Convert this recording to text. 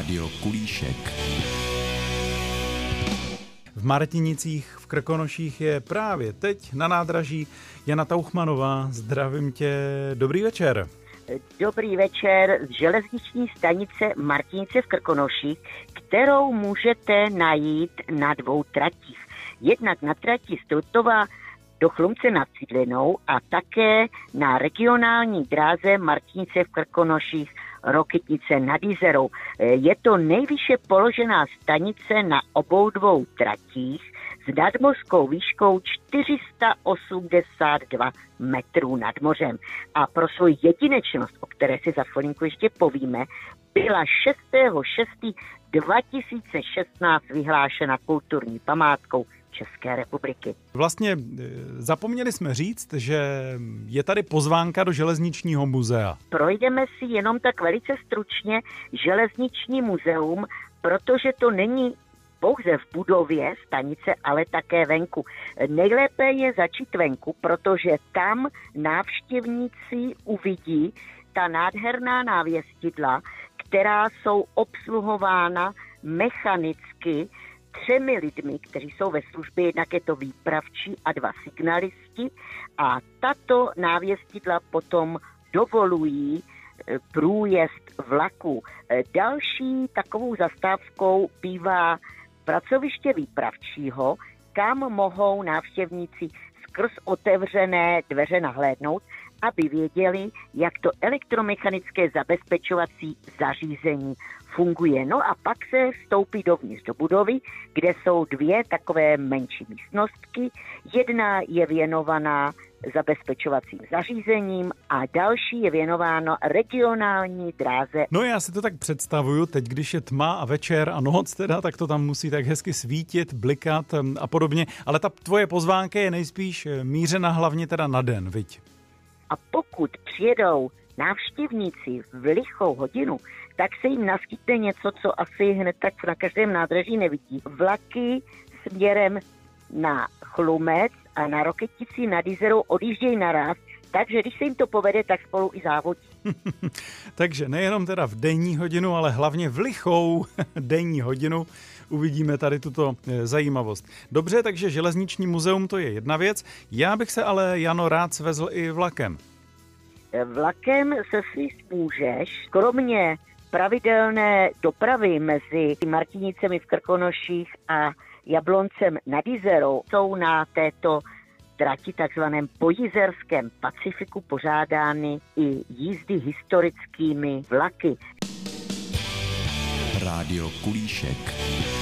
Rádio Kulíšek. V Martinicích v Krkonoších je právě teď na nádraží Jana Tauchmanová. Zdravím tě, dobrý večer. Dobrý večer z železniční stanice Martinice v Krkonoších, kterou můžete najít na 2 tratích. Jednak na trati z Trutnova do Chlumce nad Cidlinou a také na regionální dráze Martinice v Krkonoších Rokytnice nad Jizerou. Je to nejvýše položená stanice na obou 2 tratích s nadmořskou výškou 482 metrů nad mořem. A pro svou jedinečnost, o které si za chvilinku ještě povíme, byla 6.6.2016 vyhlášena kulturní památkou České republiky. Vlastně zapomněli jsme říct, že je tady pozvánka do železničního muzea. Projdeme si jenom tak velice stručně železniční muzeum, protože to není pouze v budově stanice, ale také venku. Nejlépe je začít venku, protože tam návštěvníci uvidí ta nádherná návěstidla, která jsou obsluhována mechanicky 3 lidmi, kteří jsou ve službě, jednak je to výpravčí a 2 signalisti a tato návěstidla potom dovolují průjezd vlaku. Další takovou zastávkou bývá pracoviště výpravčího, kam mohou návštěvníci skrz otevřené dveře nahlédnout, aby věděli, jak to elektromechanické zabezpečovací zařízení funguje. No a pak se vstoupí dovnitř do budovy, kde jsou 2 takové menší místnostky. Jedna je věnovaná zabezpečovacím zařízením a další je věnováno regionální dráze. No já si to tak představuju, teď když je tma a večer a noc teda, tak to tam musí tak hezky svítit, blikat a podobně, ale ta tvoje pozvánka je nejspíš mířena hlavně teda na den, viď? A pokud přijedou návštěvníci v lichou hodinu, tak se jim naskytne něco, co asi hned tak na každém nádraží nevidí. Vlaky směrem na Chlumec a na Rokytnici nad Jizerou odjíždějí naraz, takže když se jim to povede, tak spolu i závodí. Takže nejenom teda v denní hodinu, ale hlavně v lichou denní hodinu uvidíme tady tuto zajímavost. Dobře, takže železniční muzeum to je jedna věc. Já bych se ale, Jano, rád svezl i vlakem. Vlakem se svíst můžeš, kromě pravidelné dopravy mezi Martinicemi v Krkonoších a Jabloncem nad Jizerou jsou na této trati takzvaném pojizerském Pacifiku pořádány i jízdy historickými vlaky. Rádio Kulíšek.